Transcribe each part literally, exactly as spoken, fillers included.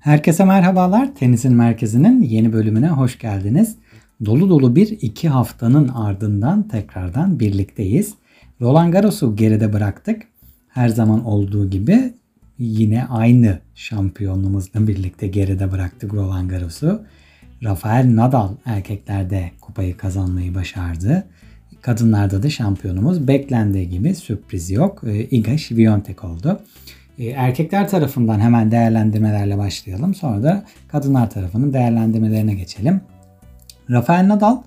Herkese merhabalar. Tenisin Merkezi'nin yeni bölümüne hoş geldiniz. Dolu dolu bir iki haftanın ardından tekrardan birlikteyiz. Roland Garros'u geride bıraktık. Her zaman olduğu gibi yine aynı şampiyonluğumuzla birlikte geride bıraktık Roland Garros'u. Rafael Nadal erkeklerde kupayı kazanmayı başardı. Kadınlarda da şampiyonumuz beklendiği gibi sürpriz yok. Iga Świątek oldu. Erkekler tarafından hemen değerlendirmelerle başlayalım. Sonra da kadınlar tarafının değerlendirmelerine geçelim. Rafael Nadal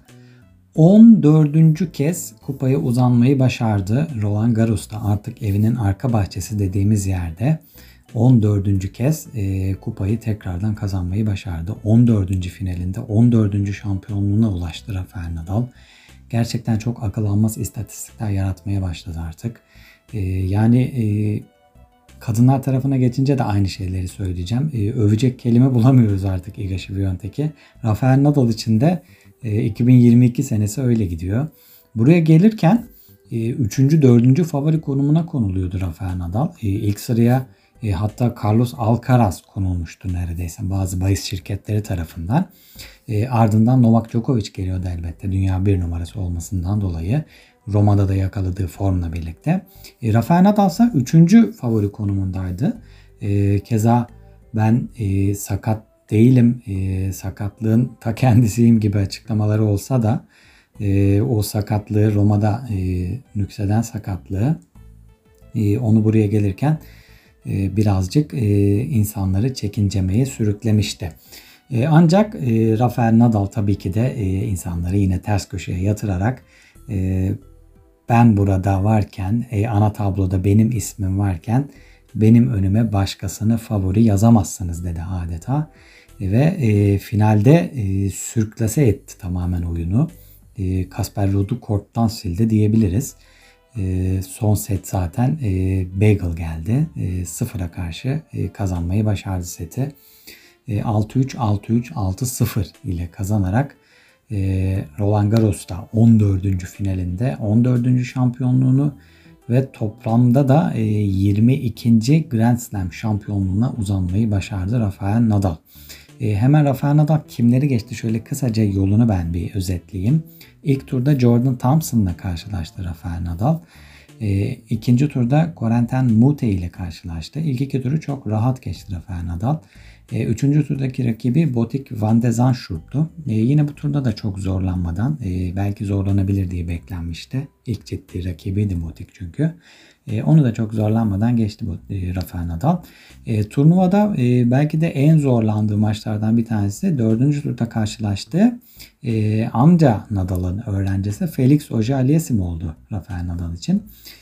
on dördüncü kez kupaya uzanmayı başardı. Roland Garros'ta artık evinin arka bahçesi dediğimiz yerde on dördüncü kez e, kupayı tekrardan kazanmayı başardı. on dördüncü finalinde on dördüncü şampiyonluğuna ulaştı Rafael Nadal. Gerçekten çok akıl almaz istatistikler yaratmaya başladı artık. E, yani e, Kadınlar tarafına geçince de aynı şeyleri söyleyeceğim. Ee, övecek kelime bulamıyoruz artık Iga Świątek'i. Rafael Nadal için de e, iki bin yirmi iki senesi öyle gidiyor. Buraya gelirken e, üçüncü dördüncü favori konumuna konuluyordu Rafael Nadal. E, ilk sıraya e, hatta Carlos Alcaraz konulmuştu neredeyse bazı bahis şirketleri tarafından. E, ardından Novak Djokovic geliyordu elbette dünya bir numarası olmasından dolayı. Roma'da da yakaladığı formla birlikte. E, Rafael Nadal ise üçüncü favori konumundaydı. E, keza ben e, sakat değilim, e, sakatlığın ta kendisiyim gibi açıklamaları olsa da e, o sakatlığı Roma'da e, nükseden sakatlığı e, onu buraya gelirken e, birazcık e, insanları çekincemeye sürüklemişti. E, ancak e, Rafael Nadal tabii ki de e, insanları yine ters köşeye yatırarak e, ben burada varken, e, ana tabloda benim ismim varken benim önüme başkasını favori yazamazsınız dedi adeta. E, ve e, finalde e, sürklase etti tamamen oyunu. E, Casper Ruud'u korttan sildi diyebiliriz. E, son set zaten e, Bagel geldi. E, sıfıra karşı e, kazanmayı başardı seti. E, altı üç, altı üç, altı sıfır ile kazanarak E, Roland Garros'ta on dördüncü finalinde on dördüncü şampiyonluğunu ve toplamda da e, yirmi ikinci Grand Slam şampiyonluğuna uzanmayı başardı Rafael Nadal. E, hemen Rafael Nadal kimleri geçti şöyle kısaca yolunu ben bir özetleyeyim. İlk turda Jordan Thompson'la karşılaştı Rafael Nadal. E, ikinci turda Corentin Moutet ile karşılaştı. İlk iki turu çok rahat geçti Rafael Nadal. E, üçüncü turdaki rakibi Botic van de Zandschulp'tu. E, yine bu turda da çok zorlanmadan e, belki zorlanabilir diye beklenmişti. İlk ciddi rakibiydi Botic çünkü. E, onu da çok zorlanmadan geçti bu e, Rafael Nadal. E, turnuvada e, belki de en zorlandığı maçlardan bir tanesi dördüncü turda karşılaştığı e, amca Nadal'ın öğrencisi Felix Auger-Aliassime oldu Rafael Nadal için.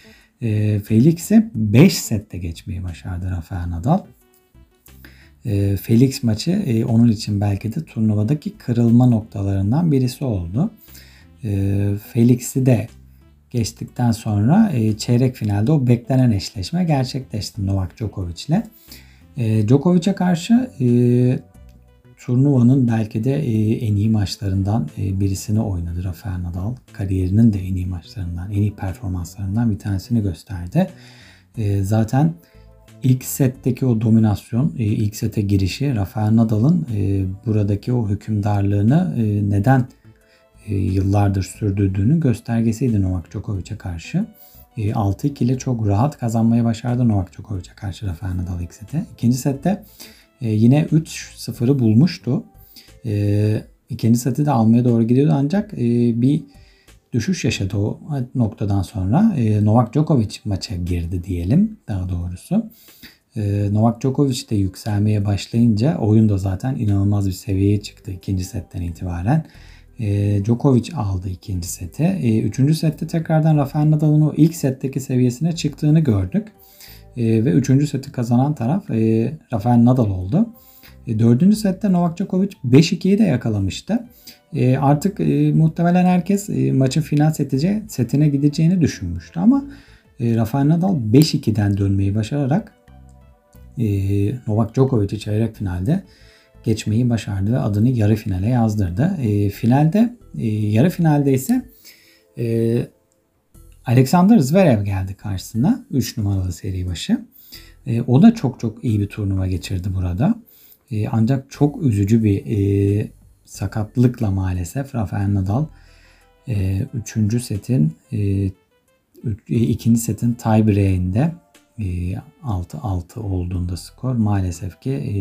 E, Felix'i beş sette geçmeyi başardı Rafael Nadal. Felix maçı e, onun için belki de turnuvadaki kırılma noktalarından birisi oldu. E, Felix'i de geçtikten sonra e, çeyrek finalde o beklenen eşleşme gerçekleşti Novak Djokovic ile. E, Djokovic'e karşı e, turnuvanın belki de e, en iyi maçlarından e, birisini oynadı Rafael Nadal. Kariyerinin de en iyi maçlarından, en iyi performanslarından bir tanesini gösterdi. E, zaten İlk setteki o dominasyon, ilk sete girişi Rafael Nadal'ın buradaki o hükümdarlığını neden yıllardır sürdürdüğünün göstergesiydi Novak Djokovic'e karşı. altı iki ile çok rahat kazanmayı başardı Novak Djokovic'e karşı Rafael Nadal ilk sete. İkinci sette yine üç sıfırı bulmuştu. İkinci seti de almaya doğru gidiyordu ancak bir düşüş yaşadı o noktadan sonra. E, Novak Djokovic maça girdi diyelim daha doğrusu. E, Novak Djokovic de yükselmeye başlayınca oyun da zaten inanılmaz bir seviyeye çıktı ikinci setten itibaren. E, Djokovic aldı ikinci seti. E, üçüncü sette tekrardan Rafael Nadal'ın o ilk setteki seviyesine çıktığını gördük. E, ve üçüncü seti kazanan taraf e, Rafael Nadal oldu. E, dördüncü sette Novak Djokovic beş ikiyi de yakalamıştı. E, artık e, muhtemelen herkes e, maçın final setice, setine gideceğini düşünmüştü ama e, Rafael Nadal beş ikiden dönmeyi başararak e, Novak Djokovic'i çeyrek finalde geçmeyi başardı ve adını yarı finale yazdırdı. E, finalde e, yarı finalde ise e, Alexander Zverev geldi karşısına üç numaralı seri başı. E, o da çok çok iyi bir turnuva geçirdi burada. E, ancak çok üzücü bir e, sakatlıkla maalesef Rafael Nadal e, üçüncü setin e, ikinci setin tiebreak'inde e, altı altı olduğunda skor maalesef ki e,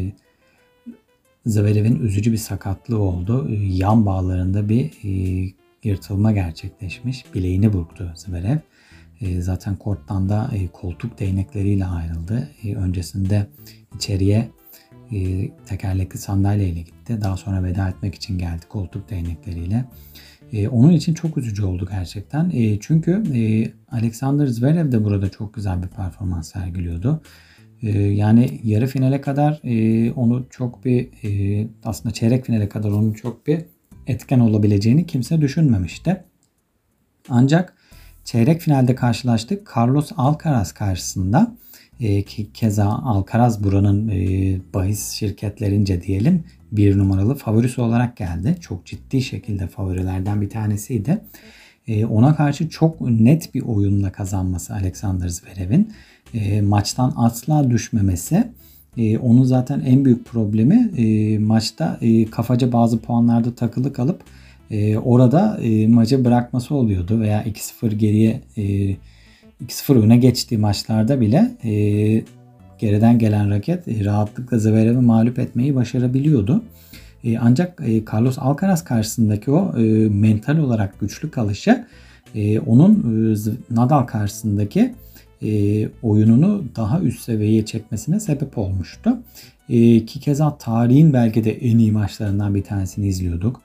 Zverev'in üzücü bir sakatlığı oldu. E, yan bağlarında bir e, yırtılma gerçekleşmiş. Bileğini burktu Zverev. E, zaten korttan da e, koltuk değnekleriyle ayrıldı. E, öncesinde içeriye e, tekerlekli sandalyeyle gitti. Daha sonra veda etmek için geldi koltuk değnekleriyle. E, onun için çok üzücü oldu gerçekten. E, çünkü e, Alexander Zverev de burada çok güzel bir performans sergiliyordu. E, yani yarı finale kadar e, onu çok bir e, aslında çeyrek finale kadar onun çok bir etken olabileceğini kimse düşünmemişti. Ancak çeyrek finalde karşılaştık. Carlos Alcaraz karşısında e, keza Alcaraz buranın e, bahis şirketlerince diyelim bir numaralı favorisi olarak geldi. Çok ciddi şekilde favorilerden bir tanesiydi. E, ona karşı çok net bir oyunla kazanması Alexander Zverev'in e, maçtan asla düşmemesi. E, onun zaten en büyük problemi e, maçta e, kafaca bazı puanlarda takılı kalıp e, orada e, maçı bırakması oluyordu veya iki sıfır geriye e, iki sıfır öne geçtiği maçlarda bile e, geriden gelen raket e, rahatlıkla Zverev'i mağlup etmeyi başarabiliyordu. E, ancak e, Carlos Alcaraz karşısındaki o e, mental olarak güçlü kalışı e, onun e, Nadal karşısındaki e, oyununu daha üst seviyeye çekmesine sebep olmuştu. E, ki keza tarihin belki de en iyi maçlarından bir tanesini izliyorduk.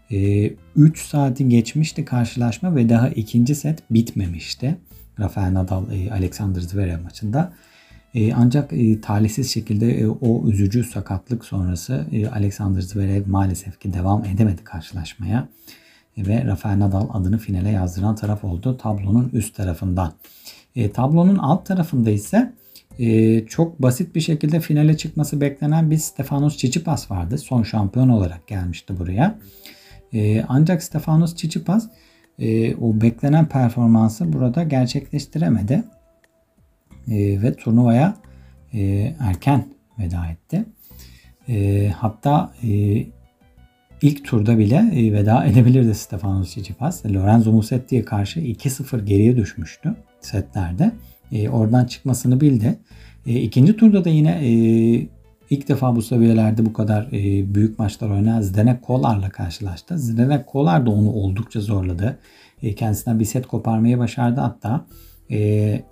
üç saati geçmişti karşılaşma ve daha ikinci set bitmemişti. Rafael Nadal Alexander Zverev maçında. Ancak talihsiz şekilde o üzücü sakatlık sonrası Alexander Zverev maalesef ki devam edemedi karşılaşmaya. Ve Rafael Nadal adını finale yazdıran taraf oldu tablonun üst tarafında. Tablonun alt tarafında ise çok basit bir şekilde finale çıkması beklenen bir Stefanos Tsitsipas vardı. Son şampiyon olarak gelmişti buraya. Ee, ancak Stefanos Tsitsipas e, o beklenen performansı burada gerçekleştiremedi. E, ve turnuvaya e, erken veda etti. E, hatta e, ilk turda bile e, veda edebilirdi Stefanos Tsitsipas. Lorenzo Musetti'ye karşı iki sıfır geriye düşmüştü setlerde. E, oradan çıkmasını bildi. E, ikinci turda da yine e, İlk defa bu seviyelerde bu kadar e, büyük maçlar oynayan Zdenek Kolar'la karşılaştı. Zdenek Kolar da onu oldukça zorladı. E, kendisinden bir set koparmayı başardı hatta. E,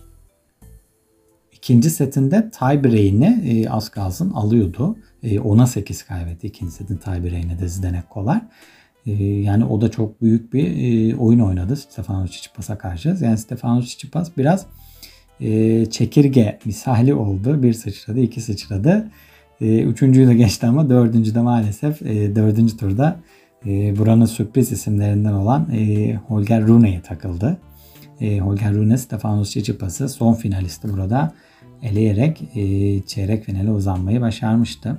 ikinci setinde tiebreak'ini e, az kalsın alıyordu. E, ona sekiz kaybetti ikinci setin tiebreak'ini de Zdenek Kolar. E, yani o da çok büyük bir e, oyun oynadı Stefanos Tsitsipas'a karşı. Yani Stefanos Tsitsipas biraz E, çekirge misali oldu. Bir sıçradı, iki sıçradı. E, üçüncüyü de geçti ama dördüncü de maalesef e, dördüncü turda e, buranın sürpriz isimlerinden olan e, Holger Rune'ye takıldı. E, Holger Rune Stefanos Tsitsipas'ı son finalisti burada eleyerek e, çeyrek finale uzanmayı başarmıştı.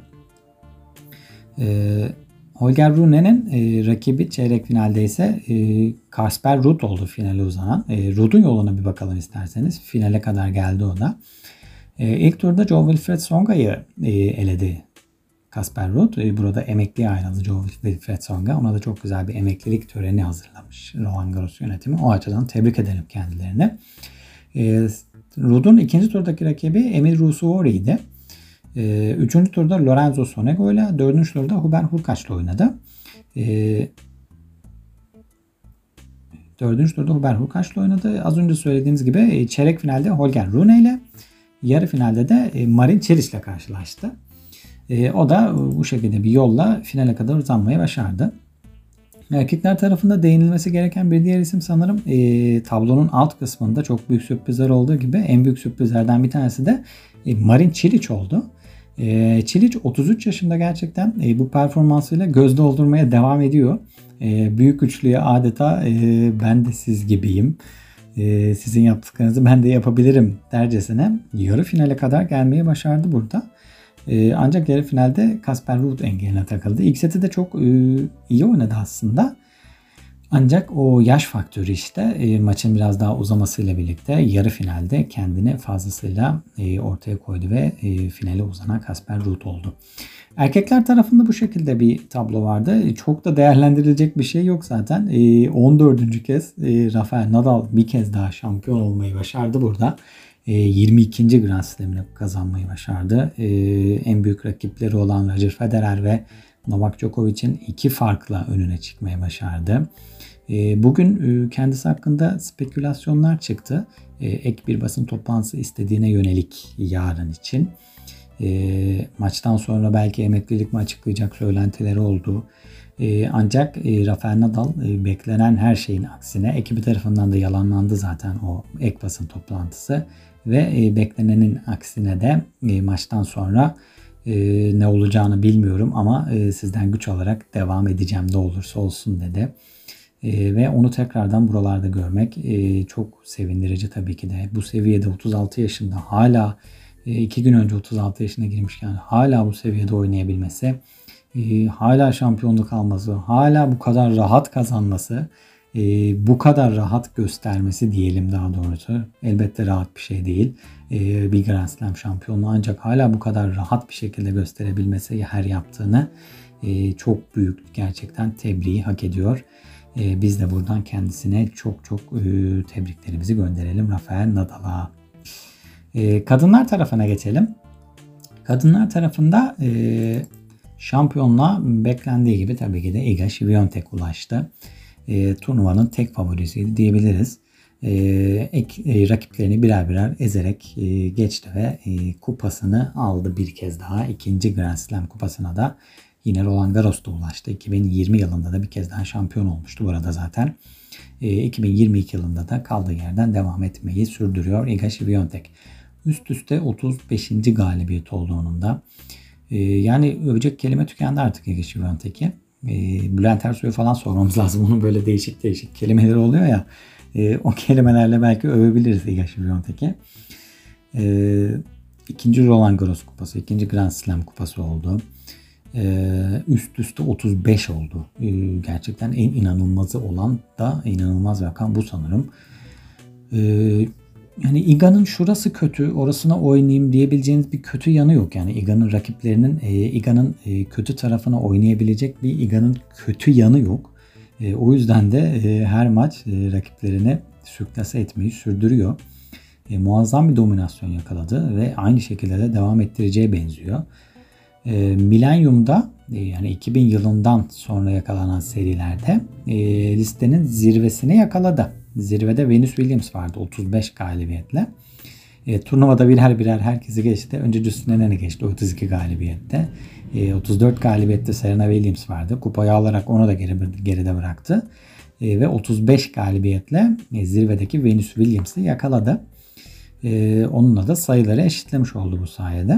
E, Holger Rune'nin e, rakibi çeyrek finalde ise e, Kasper Ruud oldu finale uzanan. E, Ruud'un yoluna bir bakalım isterseniz. Finale kadar geldi o da. E, ilk turda Jo-Wilfried Tsonga'yı e, eledi Kasper Ruud. E, burada emekliye ayrıldı Jo-Wilfried Tsonga. Ona da çok güzel bir emeklilik töreni hazırlamış Roland Garros yönetimi. O açıdan tebrik edelim kendilerini. E, Ruud'un ikinci turdaki rakibi Emil Ruusuvuori'ydi. Ee, üçüncü turda Lorenzo Sonego ile dördüncü turda Hubert Hurkacz ile oynadı. Ee, dördüncü turda Hubert Hurkacz ile oynadı. Az önce söylediğimiz gibi çeyrek finalde Holger Rune ile, yarı finalde de Marin Cilic ile karşılaştı. Ee, o da bu şekilde bir yolla finale kadar uzanmayı başardı. Erkekler tarafında değinilmesi gereken bir diğer isim sanırım e, tablonun alt kısmında çok büyük sürprizler olduğu gibi en büyük sürprizlerden bir tanesi de e, Marin Cilic oldu. E, Cilic otuz üç yaşında gerçekten e, bu performansıyla göz doldurmaya devam ediyor. E, büyük üçlüye adeta e, ben de siz gibiyim. E, sizin yaptıklarınızı ben de yapabilirim dercesine yarı finale kadar gelmeyi başardı burada. E, ancak yarı finalde Kasper Ruud engeline takıldı. İlk seti de çok e, iyi oynadı aslında. Ancak o yaş faktörü işte e, maçın biraz daha uzamasıyla birlikte yarı finalde kendini fazlasıyla e, ortaya koydu ve e, finale uzanan Casper Ruud oldu. Erkekler tarafında bu şekilde bir tablo vardı. E, çok da değerlendirilecek bir şey yok zaten. E, on dördüncü kez e, Rafael Nadal bir kez daha şampiyon olmayı başardı burada. E, yirmi ikinci Grand Slam'ini kazanmayı başardı. E, en büyük rakipleri olan Roger Federer ve Novak Djokovic'in iki farkla önüne çıkmayı başardı. Bugün kendisi hakkında spekülasyonlar çıktı. Ek bir basın toplantısı istediğine yönelik yarın için. Maçtan sonra belki emeklilik mi açıklayacak söylentileri oldu. Ancak Rafael Nadal beklenen her şeyin aksine ekibi tarafından da yalanlandı zaten o ek basın toplantısı. Ve beklenenin aksine de maçtan sonra ne olacağını bilmiyorum ama sizden güç alarak devam edeceğim ne olursa olsun dedi. Ee, ve onu tekrardan buralarda görmek e, çok sevindirici tabii ki de. Bu seviyede otuz altı yaşında hala e, iki gün önce otuz altı yaşına girmişken hala bu seviyede oynayabilmesi, e, hala şampiyonluk alması, hala bu kadar rahat kazanması, e, bu kadar rahat göstermesi diyelim daha doğrusu. Elbette rahat bir şey değil. E, bir Grand Slam şampiyonluğu ancak hala bu kadar rahat bir şekilde gösterebilmesi her yaptığını e, çok büyük gerçekten tebriği hak ediyor. Biz de buradan kendisine çok çok tebriklerimizi gönderelim Rafael Nadal'a. Kadınlar tarafına geçelim. Kadınlar tarafında şampiyonluğa beklendiği gibi tabii ki de Iga Świątek ulaştı. Turnuvanın tek favorisiydi diyebiliriz. Ek, rakiplerini birer birer ezerek geçti ve kupasını aldı bir kez daha. İkinci Grand Slam kupasına da yine Roland Garros'ta ulaştı. iki bin yirmi yılında da bir kez daha şampiyon olmuştu burada zaten. E, iki bin yirmi iki yılında da kaldığı yerden devam etmeyi sürdürüyor Iga Świątek. Üst üste otuz beşinci galibiyet olduğunun da. E, yani övecek kelime tükendi artık Iga Świątek'i. E, Bülent Ersoy'u falan sormamız lazım. Onun böyle değişik değişik kelimeleri oluyor ya. E, o kelimelerle belki övebiliriz Iga Świątek'i. E, ikinci Roland Garros kupası, ikinci Grand Slam kupası oldu. Ee, üst üste otuz beş oldu. Ee, gerçekten en inanılmazı olan da inanılmaz bir rakam bu sanırım. Ee, yani Iga'nın şurası kötü, orasına oynayayım diyebileceğiniz bir kötü yanı yok. Yani Iga'nın rakiplerinin e, Iga'nın e, kötü tarafına oynayabilecek bir Iga'nın kötü yanı yok. E, o yüzden de e, her maç e, rakiplerini sürklase etmeyi sürdürüyor. E, muazzam bir dominasyon yakaladı ve aynı şekilde de devam ettireceğe benziyor. E, Millennium'da e, yani iki bin yılından sonra yakalanan serilerde e, listenin zirvesini yakaladı. Zirvede Venus Williams vardı otuz beş galibiyetle. E, turnuvada birer birer herkesi geçti. Önce Justin Henane geçti otuz iki galibiyette. E, otuz dört galibiyette Serena Williams vardı. Kupayı alarak onu da geri, geride bıraktı. E, ve otuz beş galibiyetle e, zirvedeki Venus Williams'ı yakaladı. E, onunla da sayıları eşitlemiş oldu bu sayede.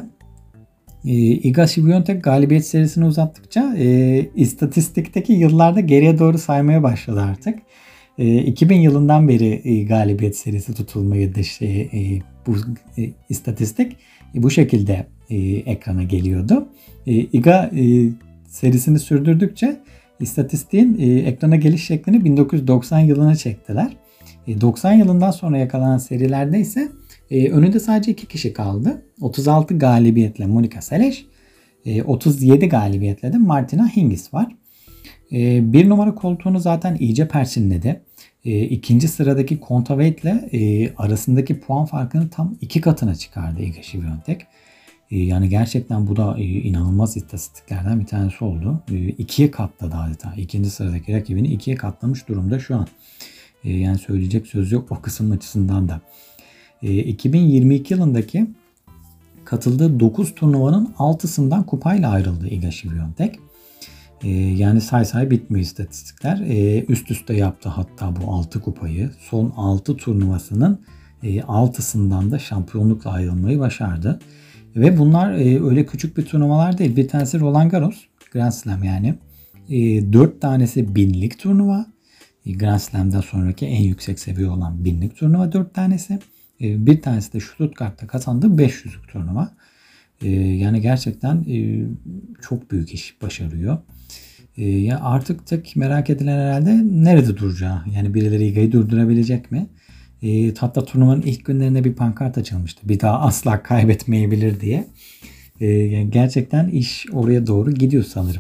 Iga Świątek galibiyet serisini uzattıkça e, istatistikteki yıllarda geriye doğru saymaya başladı artık. E, iki bin yılından beri e, galibiyet serisi tutulmayı da şey, e, bu e, istatistik e, bu şekilde e, ekrana geliyordu. E, Iga e, serisini sürdürdükçe istatistiğin e, ekrana geliş şeklini bin dokuz yüz doksan yılına çektiler. E, doksan yılından sonra yakalanan serilerde ise Ee, önünde sadece iki kişi kaldı. otuz altı galibiyetle Monica Seles, e, otuz yedi galibiyetle de Martina Hingis var. E, bir numara koltuğunu zaten iyice perçinledi. E, ikinci sıradaki Kontaveit ile e, arasındaki puan farkını tam iki katına çıkardı Iga Świątek. E, yani gerçekten bu da e, inanılmaz istatistiklerden bir tanesi oldu. E, ikiye katladı adeta. İkinci sıradaki rakibini ikiye katlamış durumda şu an. E, yani söyleyecek söz yok o kısım açısından da. iki bin yirmi iki yılındaki katıldığı dokuz turnuvanın altısından kupayla ayrıldı Iga Świątek. Yani say say bitmiyor istatistikler. Üst üste yaptı hatta bu altı kupayı. Son altı turnuvasının altısından da şampiyonlukla ayrılmayı başardı. Ve bunlar öyle küçük bir turnuvalar değil. Bir tanesi Roland Garros, Grand Slam yani. dört tanesi binlik turnuva. Grand Slam'dan sonraki en yüksek seviye olan binlik turnuva dört tanesi. Bir tanesi de Stuttgart'ta kazandığı beş yüzlük turnuva. Yani gerçekten çok büyük iş başarıyor. E, ya artık tek merak edilen herhalde nerede duracağı. Yani birileri Iga'yı durdurabilecek mi? E, hatta turnuvanın ilk günlerinde bir pankart açılmıştı. Bir daha asla kaybetmeyebilir diye. E, yani gerçekten iş oraya doğru gidiyor sanırım.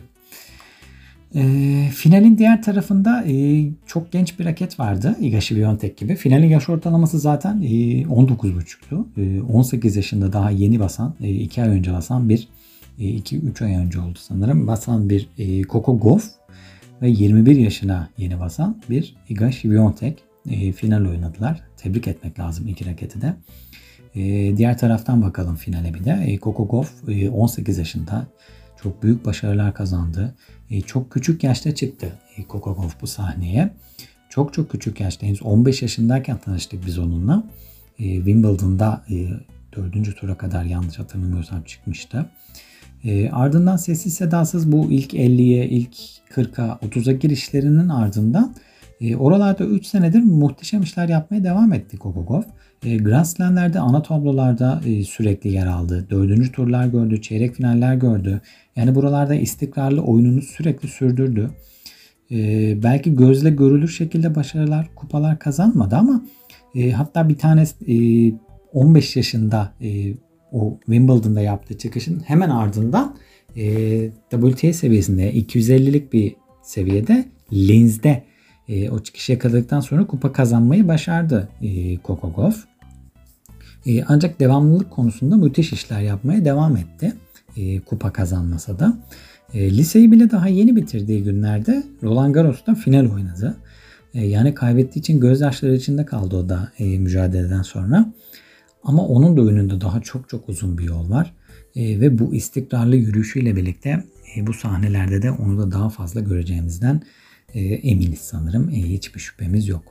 E, finalin diğer tarafında e, çok genç bir raket vardı. Iga Świątek gibi. Finalin yaş ortalaması zaten e, on dokuz buçuktu. E, on sekiz yaşında daha yeni basan, e, iki ay önce basan bir, iki üç ay önce oldu sanırım. Basan bir e, Coco Gauff ve yirmi bir yaşına yeni basan bir Iga Świątek e, final oynadılar. Tebrik etmek lazım iki raketi de. E, diğer taraftan bakalım finale bir de. E, Coco Gauff e, on sekiz yaşında. Çok büyük başarılar kazandı. E, çok küçük yaşta çıktı e, Coco Gauff bu sahneye. Çok çok küçük yaşta. Henüz on beş yaşındayken tanıştık biz onunla. E, Wimbledon'da e, dördüncü tura kadar yanlış hatırlamıyorsam çıkmıştı. E, ardından sessiz sedasız bu ilk elliye, ilk kırka, otuza girişlerinin ardından e, oralarda üç senedir muhteşem işler yapmaya devam etti Coco Gauff. E, Grand Slam'lerde ana tablolarda e, sürekli yer aldı. Dördüncü turlar gördü, çeyrek finaller gördü. Yani buralarda istikrarlı oyununu sürekli sürdürdü. E, belki gözle görülür şekilde başarılar, kupalar kazanmadı ama e, hatta bir tanesi e, on beş yaşında e, o Wimbledon'da yaptığı çıkışın hemen ardından e, W T A seviyesinde iki yüz ellilik bir seviyede Linz'de e, o çıkışı yakaladıktan sonra kupa kazanmayı başardı e, Coco Gauff. E, ancak devamlılık konusunda müthiş işler yapmaya devam etti. E, kupa kazanmasa da. E, liseyi bile daha yeni bitirdiği günlerde Roland Garros'ta final oynadı. E, yani kaybettiği için gözyaşları içinde kaldı o da e, mücadeleden sonra. Ama onun da önünde daha çok çok uzun bir yol var. E, ve bu istikrarlı yürüyüşüyle birlikte e, bu sahnelerde de onu da daha fazla göreceğimizden e, eminiz sanırım. E, hiçbir şüphemiz yok.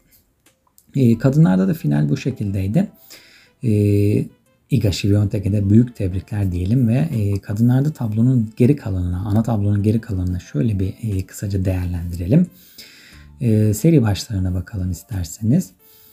E, kadınlarda da final bu şekildeydi. E, Iga Świątek'e de büyük tebrikler diyelim ve e, kadınlarda tablonun geri kalanına, ana tablonun geri kalanına şöyle bir e, kısaca değerlendirelim. E, seri başlarına bakalım isterseniz.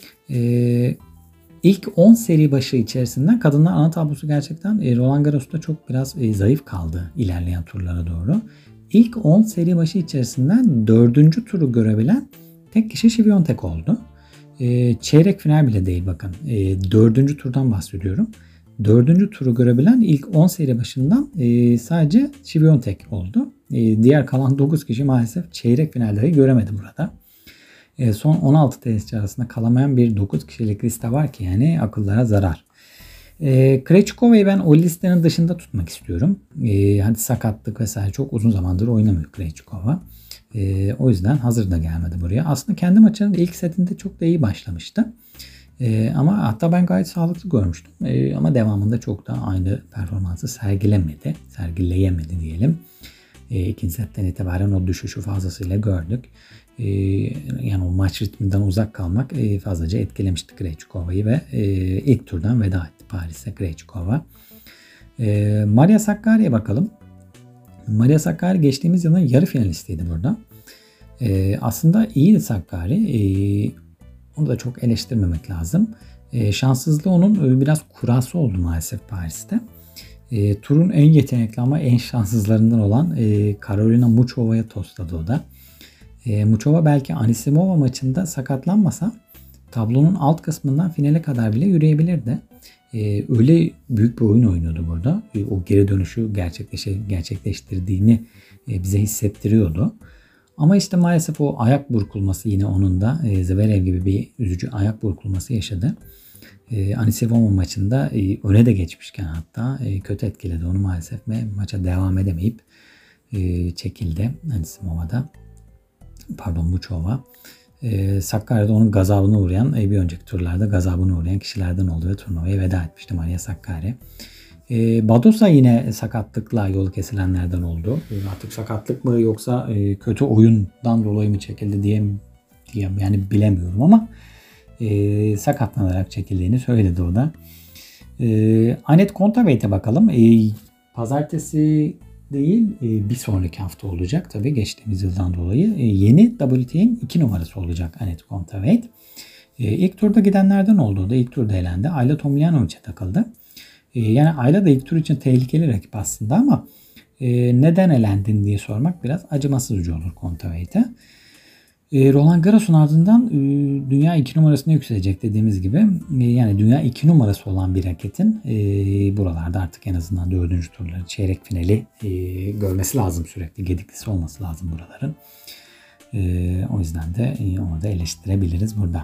E, İlk on seri başı içerisinden kadınlar ana tablosu gerçekten e, Roland Garros'ta çok biraz e, zayıf kaldı ilerleyen turlara doğru. İlk on seri başı içerisinden dördüncü turu görebilen tek kişi Świątek oldu. E, çeyrek final bile değil bakın. E, dördüncü turdan bahsediyorum. Dördüncü turu görebilen ilk on seri başından e, sadece Świątek oldu. E, diğer kalan dokuz kişi maalesef çeyrek final dahi göremedi burada. E, son on altı tenisçi arasında kalamayan bir dokuz kişilik liste var ki yani akıllara zarar. E, Krejcikova'yı ben o listenin dışında tutmak istiyorum. E, hadi sakatlık vesaire çok uzun zamandır oynamıyor Krejcikova. E, o yüzden hazır da gelmedi buraya. Aslında kendi maçının ilk setinde çok da iyi başlamıştı. E, ama hatta ben gayet sağlıklı görmüştüm. E, ama devamında çok da aynı performansı sergilemedi. Sergileyemedi diyelim. E, ikinci setten itibaren o düşüşü fazlasıyla gördük. E, yani o maç ritminden uzak kalmak e, fazlaca etkilemişti Krejcikova'yı ve e, ilk turdan veda etti Paris'e Krejcikova. E, Maria Sakkari'ye bakalım. Maria Sakkari geçtiğimiz yılın yarı finalistiydi burada. E, aslında iyiydi Sakkari. E, onu da çok eleştirmemek lazım. E, şanssızlığı onun biraz kurası oldu maalesef Paris'te. E, turun en yetenekli ama en şanssızlarından olan e, Karolina Muchova'ya tosladı o da. E, Muchova belki Anisimova maçında sakatlanmasa tablonun alt kısmından finale kadar bile yürüyebilirdi. E, öyle büyük bir oyun oynuyordu burada. E, o geri dönüşü gerçekleşe, gerçekleştirdiğini e, bize hissettiriyordu. Ama işte maalesef o ayak burkulması yine onun da e, Zverev gibi bir üzücü ayak burkulması yaşadı. E, Anisimova maçında e, öne de geçmişken hatta e, kötü etkiledi onu maalesef ve maça devam edemeyip e, çekildi Anisimova'da. Pardon Muchova. E, Sakkari'de onun gazabına uğrayan e, bir önceki turlarda gazabına uğrayan kişilerden oldu ve turnuvaya veda etmişti Maria Sakkari. E, Badosa yine sakatlıkla yolu kesilenlerden oldu. E, artık sakatlık mı yoksa e, kötü oyundan dolayı mı çekildi diye, diye yani bilemiyorum ama e, sakatlanarak çekildiğini söyledi o da. E, Anett Kontaveit bakalım. E, pazartesi değil e, bir sonraki hafta olacak tabii geçtiğimiz yıldan dolayı. E, yeni W T A'nin iki numarası olacak Anett Kontaveit. E, ilk turda gidenlerden oldu o da. İlk turda elendi. Ayla Tomljanovic'e takıldı. E, yani Ayla da ilk tur için tehlikeli rakip aslında ama E, neden elendin diye sormak biraz acımasızca olur Kontaveit. E, Roland Garros'un ardından e, dünya iki numarasına yükselecek dediğimiz gibi. E, yani dünya iki numarası olan bir raketin e, buralarda artık en azından dördüncü turları, çeyrek finali e, görmesi lazım sürekli. Gediklisi olması lazım buraların. E, o yüzden de e, onu da eleştirebiliriz burada.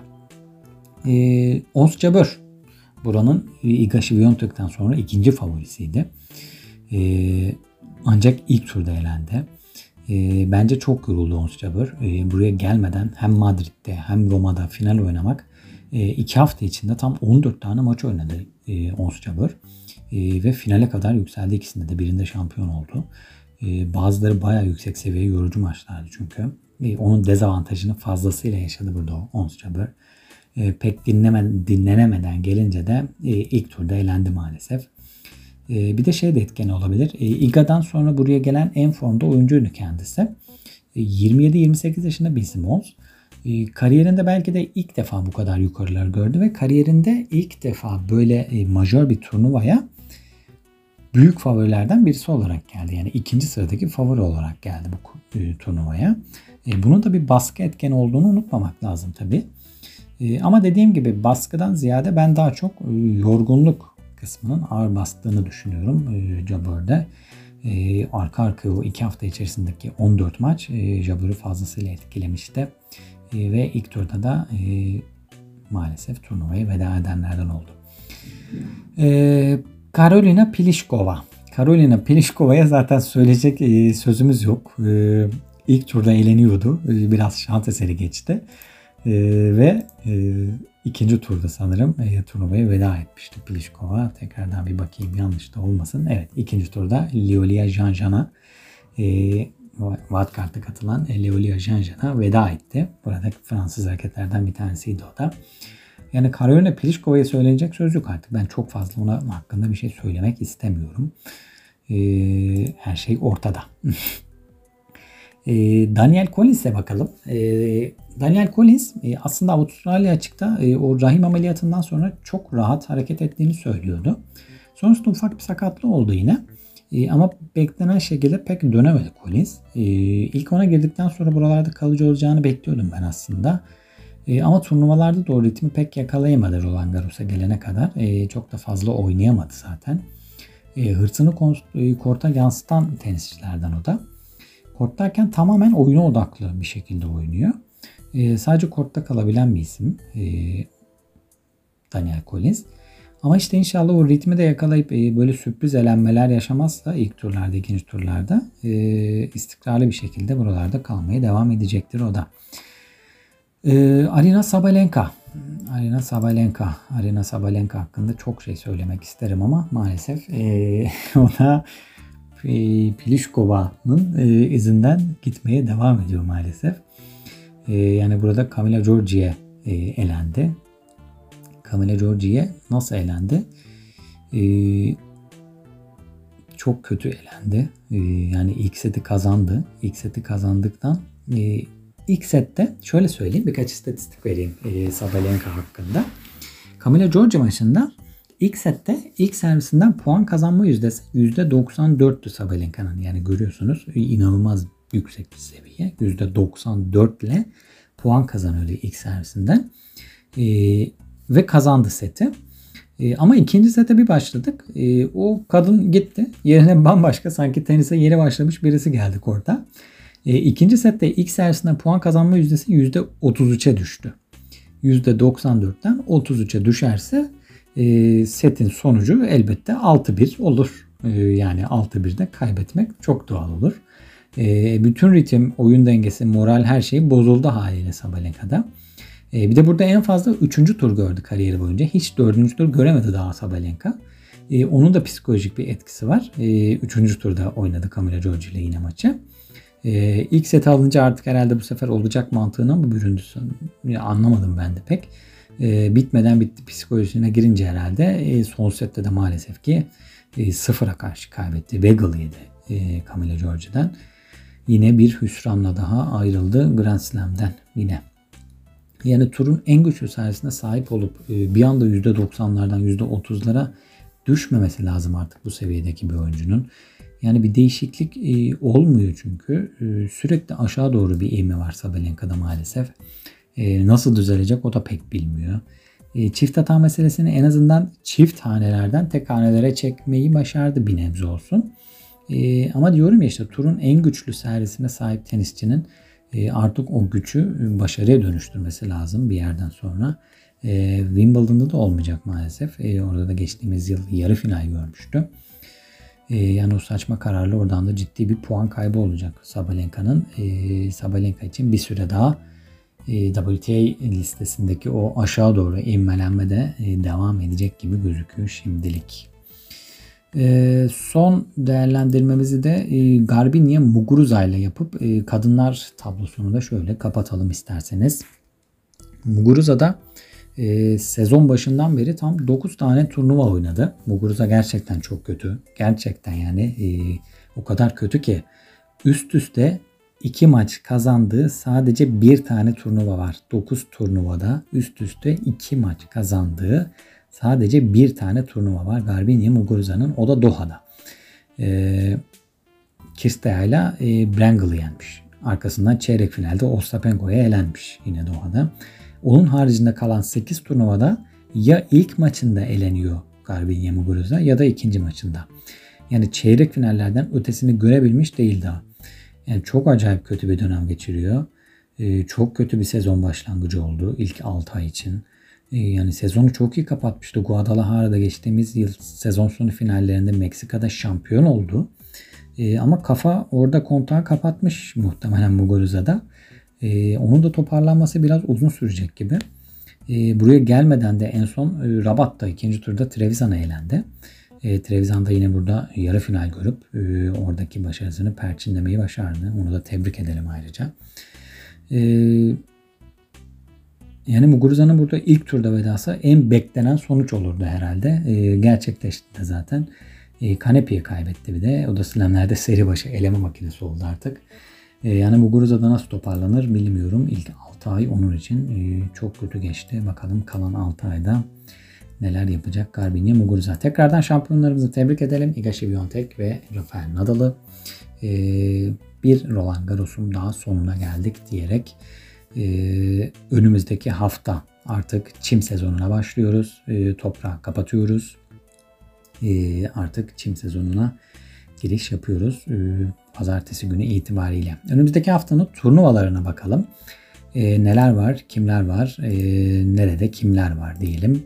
E, Ons Jabeur buranın e, Iga Świątek'ten sonra ikinci favorisiydi. E, ancak ilk turda elendi. E, bence çok yoruldu Ons Jabeur. E, buraya gelmeden hem Madrid'de hem Roma'da final oynamak e, iki hafta içinde tam on dört tane maç oynadı e, Ons Jabeur. E, ve finale kadar yükseldi ikisinde de. Birinde şampiyon oldu. E, bazıları bayağı yüksek seviye yorucu maçlardı çünkü. E, onun dezavantajını fazlasıyla yaşadı burada o Ons Jabeur. E, pek dinleme, dinlenemeden gelince de e, ilk turda elendi maalesef. E, bir de şey de etken olabilir. E, Iga'dan sonra buraya gelen en formda oyuncuydu kendisi. E, yirmi yedi yirmi sekiz yaşında bir isim Ons. E, kariyerinde belki de ilk defa bu kadar yukarılar gördü ve kariyerinde ilk defa böyle e, majör bir turnuvaya büyük favorilerden birisi olarak geldi. Yani ikinci sıradaki favori olarak geldi bu e, turnuvaya. E, bunun da bir baskı etkeni olduğunu unutmamak lazım tabii. E, ama dediğim gibi baskıdan ziyade ben daha çok e, yorgunluk kısmının ağır bastığını düşünüyorum e, Jabeur'de. E, arka arkaya o iki hafta içerisindeki on dört maç e, Jabeur'ü fazlasıyla etkilemişti. E, ve ilk turda da e, maalesef turnuvaya veda edenlerden oldu. E, Karolina Pliskova. Karolina Pliskova'ya zaten söyleyecek e, sözümüz yok. E, ilk turda eğleniyordu. E, biraz şans eseri geçti. E, ve e, ikinci turda sanırım e, turnuvaya veda etmişti Pliskova. Tekrardan bir bakayım yanlış da olmasın. Evet, ikinci turda Leolia Jean-Jean'a e, wildcard'a katılan Leolia Jean-Jean'a veda etti. Burada Fransız hareketlerden bir tanesiydi o da. Yani Karolina Pliskova'ya söylenecek söz yok artık. Ben çok fazla ona hakkında bir şey söylemek istemiyorum. E, her şey ortada. e, Daniel Collins'e bakalım. E, Daniel Collins e, aslında Avustralya açıkta e, o rahim ameliyatından sonra çok rahat hareket ettiğini söylüyordu. Sonrasında ufak bir sakatlığı oldu yine. E, ama beklenen şekilde pek dönemedi Collins. E, ilk ona girdikten sonra buralarda kalıcı olacağını bekliyordum ben aslında. E, ama turnuvalarda da o ritmi pek yakalayamadı Roland Garros'a gelene kadar. E, çok da fazla oynayamadı zaten. E, hırsını e, korta yansıtan tenisçilerden o da. Korttayken tamamen oyuna odaklı bir şekilde oynuyor. E, sadece kortta kalabilen bir isim e, Daniel Collins. Ama işte inşallah o ritmi de yakalayıp e, böyle sürpriz elenmeler yaşamazsa ilk turlarda, ikinci turlarda e, istikrarlı bir şekilde buralarda kalmaya devam edecektir o da. E, Aryna Sabalenka. Aryna Sabalenka. Aryna Sabalenka hakkında çok şey söylemek isterim ama maalesef e, ona e, Pliskova'nın e, izinden gitmeye devam ediyor maalesef. E, yani burada Camila Giorgi'ye e, elendi. Camila Giorgi'ye nasıl elendi? E, çok kötü elendi. E, yani ilk seti kazandı. İlk seti kazandıktan e, ilk sette şöyle söyleyeyim, birkaç istatistik vereyim e, Sabalenka hakkında. Camila Giorgi maçında ilk sette ilk servisinden puan kazanma yüzdesi yüzde doksan dörttü Sabalenka'nın. Yani görüyorsunuz inanılmaz yüksek bir seviye. yüzde doksan dört ile puan kazanıyordu ilk servisinden. E, ve kazandı seti. E, ama ikinci sete bir başladık. E, o kadın gitti. Yerine bambaşka sanki tenise yeni başlamış birisi geldi korta. E, ikinci sette ilk servisinden puan kazanma yüzdesi yüzde otuz üçe düştü. yüzde doksan dörtten otuz üçe düşerse e, setin sonucu elbette altı bir olur. E, yani altı birde kaybetmek çok doğal olur. E, bütün ritim, oyun dengesi, moral her şey bozuldu haliyle Sabalenka'da. E, bir de burada en fazla üçüncü tur gördü kariyeri boyunca. Hiç dördüncü tur göremedi daha Sabalenka. E, onun da psikolojik bir etkisi var. E, üçüncü turda oynadı Camila Giorgi ile yine maçı. E, ilk seti alınca artık herhalde bu sefer olacak mantığına mı büründü? Ya, anlamadım ben de pek. E, bitmeden bitti psikolojisine girince herhalde e, son sette de maalesef ki e, sıfıra karşı kaybetti. Weigl yedi e, Camila Giorgi'den. Yine bir hüsranla daha ayrıldı Grand Slam'den yine. Yani turun en güçlü sayesinde sahip olup e, bir anda yüzde doksanlardan yüzde otuzlara düşmemesi lazım artık bu seviyedeki bir oyuncunun. Yani bir değişiklik e, olmuyor çünkü. E, sürekli aşağı doğru bir eğimi var Sabalenka'da maalesef. E, nasıl düzelecek o da pek bilmiyor. E, çift hata meselesini en azından çift hanelerden tek hanelere çekmeyi başardı bir nebze olsun. E, ama diyorum ya işte turun en güçlü servisine sahip tenisçinin e, artık o gücü başarıya dönüştürmesi lazım bir yerden sonra. E, Wimbledon'da da olmayacak maalesef. E, orada da geçtiğimiz yıl yarı final görmüştü. E, yani o saçma kararla oradan da ciddi bir puan kaybı olacak Sabalenka'nın. E, Sabalenka için bir süre daha e, W T A listesindeki o aşağı doğru inmelenme de e, devam edecek gibi gözüküyor şimdilik. E, son değerlendirmemizi de e, Garbiñe Muguruza ile yapıp e, kadınlar tablosunu da şöyle kapatalım isterseniz. Muguruza'da e, sezon başından beri tam dokuz tane turnuva oynadı. Muguruza gerçekten çok kötü. Gerçekten yani e, o kadar kötü ki üst üste iki maç kazandığı sadece bir tane turnuva var. dokuz turnuvada üst üste iki maç kazandığı sadece bir tane turnuva var Garbiñe Muguruza'nın. O da Doha'da. E, Kirsteya ile e, Brangle'ı yenmiş. Arkasından çeyrek finalde Ostapenko'ya elenmiş yine Doha'da. Onun haricinde kalan sekiz turnuvada ya ilk maçında eleniyor Garbiñe Muguruza ya da ikinci maçında. Yani çeyrek finallerden ötesini görebilmiş değil daha. Yani çok acayip kötü bir dönem geçiriyor. Ee, çok kötü bir sezon başlangıcı oldu ilk altı ay için. Ee, yani sezonu çok iyi kapatmıştı. Guadalajara'da geçtiğimiz yıl sezon sonu finallerinde Meksika'da şampiyon oldu. Ee, ama kafa orada kontağı kapatmış muhtemelen Muguruza'da. Ee, onun da toparlanması biraz uzun sürecek gibi. Ee, buraya gelmeden de en son e, Rabat'ta ikinci turda Trevisan'a elendi. E, Trevisan da yine burada yarı final görüp e, oradaki başarısını perçinlemeyi başardı. Onu da tebrik edelim ayrıca. E, yani Muguruza'nın burada ilk turda vedası en beklenen sonuç olurdu herhalde. E, gerçekleşti de zaten. E, Kanepi'yi kaybetti bir de. O da slamlerde seri başı eleme makinesi oldu artık. E, yani Muguruza'da nasıl toparlanır bilmiyorum. İlk altı ay onun için e, çok kötü geçti. Bakalım kalan altı ayda neler yapacak Garbiñe Muguruza. Tekrardan şampiyonlarımızı tebrik edelim. Iga Świątek ve Rafael Nadal'ı. Ee, bir Roland Garros'un daha sonuna geldik diyerek e, önümüzdeki hafta artık çim sezonuna başlıyoruz. E, toprağı kapatıyoruz. E, artık çim sezonuna giriş yapıyoruz. E, pazartesi günü itibariyle. Önümüzdeki haftanın turnuvalarına bakalım. E, neler var, kimler var, e, nerede kimler var diyelim.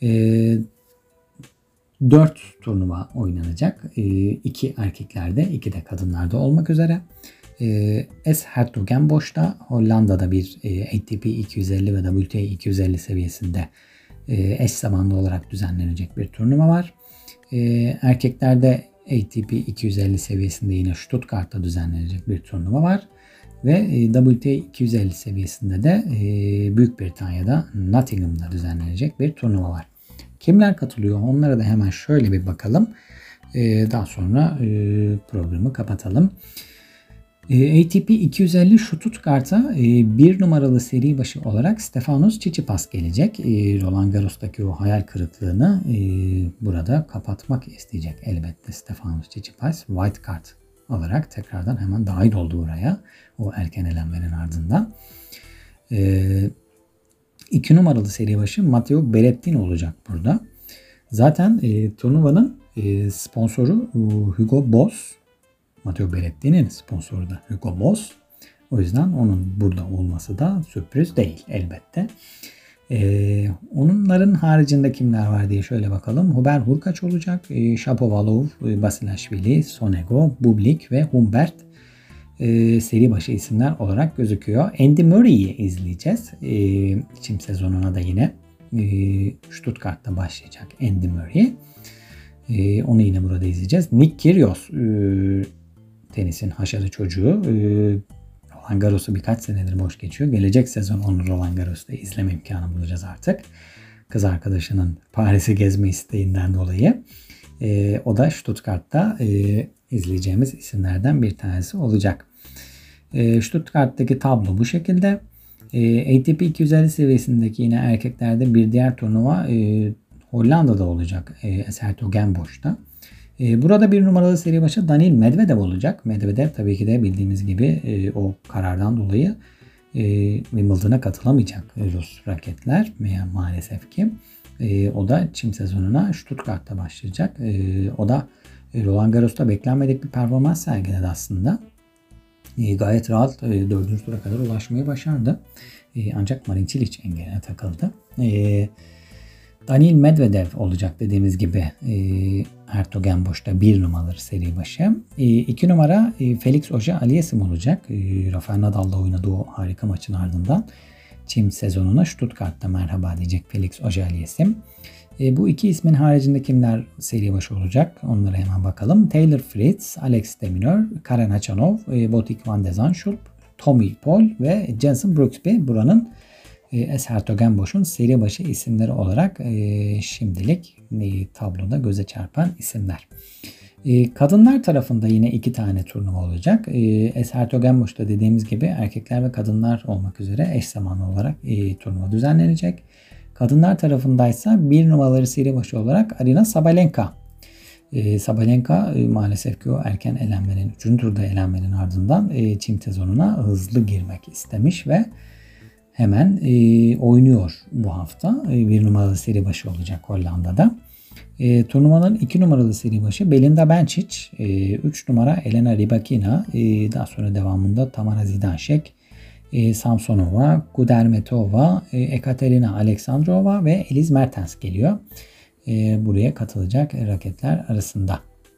dört turnuva oynanacak. iki erkeklerde, iki de kadınlarda olmak üzere. S. Hertogenbosch'ta Hollanda'da bir A T P iki yüz elli ve W T A iki yüz elli seviyesinde eş zamanlı olarak düzenlenecek bir turnuva var. Erkeklerde A T P iki yüz elli seviyesinde yine Stuttgart'ta düzenlenecek bir turnuva var. Ve W T A iki yüz elli seviyesinde de Büyük Britanya'da Nottingham'da düzenlenecek bir turnuva var. Kimler katılıyor? Onlara da hemen şöyle bir bakalım. Daha sonra programı kapatalım. A T P iki yüz elli Stuttgart'a bir numaralı seri başı olarak Stefanos Tsitsipas gelecek. Roland Garros'taki o hayal kırıklığını burada kapatmak isteyecek elbette Stefanos Tsitsipas. White card olarak tekrardan hemen dahil oldu buraya. O erken elenmenin ardından. Ee, iki numaralı seri başı Matteo Berrettini olacak burada. Zaten e, turnuvanın e, sponsoru Hugo Boss. Matteo Berrettini'nin sponsoru da Hugo Boss. O yüzden onun burada olması da sürpriz değil elbette. Ee, onların haricinde kimler var diye şöyle bakalım. Hubert Hurkacz olacak. E, Shapovalov, Basilashvili, Sonego, Bublik ve Humbert e, seri başı isimler olarak gözüküyor. Andy Murray'i izleyeceğiz. E, çim sezonuna da yine e, Stuttgart'ta başlayacak Andy Murray. E, onu yine burada izleyeceğiz. Nick Kyrgios, e, tenisin haşarı çocuğu. E, Roland Garros'u birkaç senedir boş geçiyor. Gelecek sezon onu Roland Garros'ta izleme imkanı bulacağız artık. Kız arkadaşının Paris'i gezme isteğinden dolayı. E, o da Stuttgart'ta e, izleyeceğimiz isimlerden bir tanesi olacak. E, Stuttgart'taki tablo bu şekilde. E, A T P iki yüz elli seviyesindeki yine erkeklerde bir diğer turnuva e, Hollanda'da olacak. E, Hertogenbosch'ta. E, burada bir numaralı seri başı Daniil Medvedev olacak. Medvedev tabii ki de bildiğimiz gibi e, o karardan dolayı e, Wimbledon'a katılamayacak Rus raketler veya maalesef ki. E, o da çim sezonuna Stuttgart'ta başlayacak. E, o da e, Roland Garros'ta beklenmedik bir performans sergiledi aslında. E, gayet rahat e, dördüncü tura kadar ulaşmayı başardı. E, ancak Marin Cilic engeline takıldı. E, Daniil Medvedev olacak dediğimiz gibi e, Hertogenbosch'ta bir numaralı seri başı. E, iki numara e, Felix Auger-Aliassime olacak. E, Rafael Nadal'la oynadığı o harika maçın ardından çim sezonuna Stuttgart'ta merhaba diyecek Felix Auger-Aliassime. E, bu iki ismin haricinde kimler seri başı olacak? Onlara hemen bakalım. Taylor Fritz, Alex de Minaur, Karen Khachanov, e, Botic van de Zandschulp, Tommy Paul ve Jenson Brooksby buranın e, S. Hertogenbosch'un seri başı isimleri olarak e, şimdilik e, tabloda göze çarpan isimler. E, kadınlar tarafında yine iki tane turnuva olacak. E, S. Hertogenbosch'ta dediğimiz gibi erkekler ve kadınlar olmak üzere eş zamanlı olarak e, turnuva düzenlenecek. Kadınlar tarafındaysa bir numaralı seri başı olarak Aryna Sabalenka. E, Sabalenka e, maalesef ki o erken elenmenin, üçüncü turda elenmenin ardından e, çim sezonuna hızlı girmek istemiş ve hemen e, oynuyor bu hafta. E, bir numaralı seri başı olacak Hollanda'da. E, turnuvanın iki numaralı seri başı Belinda Bencic, e, üç numara Elena Rybakina, e, daha sonra devamında Tamara Zidansek, e, Samsonova, Kudermetova, e, Ekaterina Alexandrova ve Elise Mertens geliyor. E, buraya katılacak raketler arasında.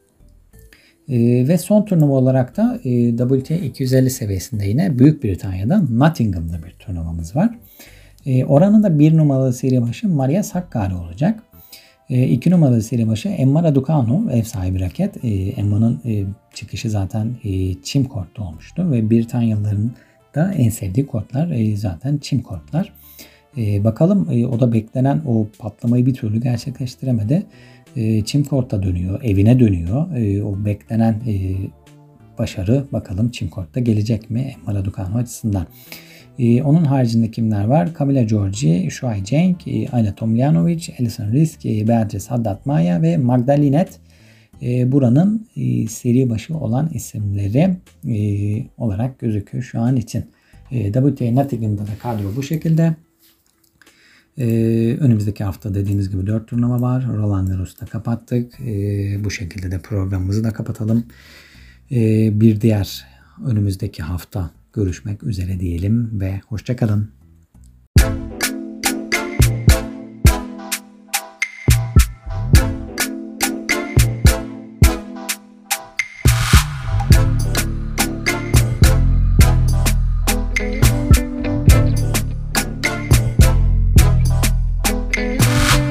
E, ve son turnuva olarak da e, W T A iki yüz elli seviyesinde yine Büyük Britanya'da Nottingham'da bir turnuvamız var. E, oranın da bir numaralı seri başı Maria Sakkari olacak. E, iki numaralı seri başı Emma Raducanu, ev sahibi raket. E, Emma'nın e, çıkışı zaten e, çim kortta olmuştu ve Britanyalıların da en sevdiği kortlar e, zaten çim kortlar. E, bakalım e, o da beklenen o patlamayı bir türlü gerçekleştiremedi. E, çim kortta dönüyor, evine dönüyor. E, o beklenen e, başarı bakalım çim kortta gelecek mi Emma Raducanu açısından. E, onun haricinde kimler var? Camila Giorgi, Shuai Zheng, e, Ayla Tomljanovic, Alison Risk, e, Beatrice Haddad Maia ve Magda Linette e, buranın e, seri başı olan isimleri e, olarak gözüküyor şu an için. E, W T A Nottingham'da da kadro bu şekilde. E, önümüzdeki hafta dediğimiz gibi dört turnuva var. Roland Garros'ta kapattık. E, bu şekilde de programımızı da kapatalım. E, bir diğer önümüzdeki hafta görüşmek üzere diyelim ve hoşça kalın.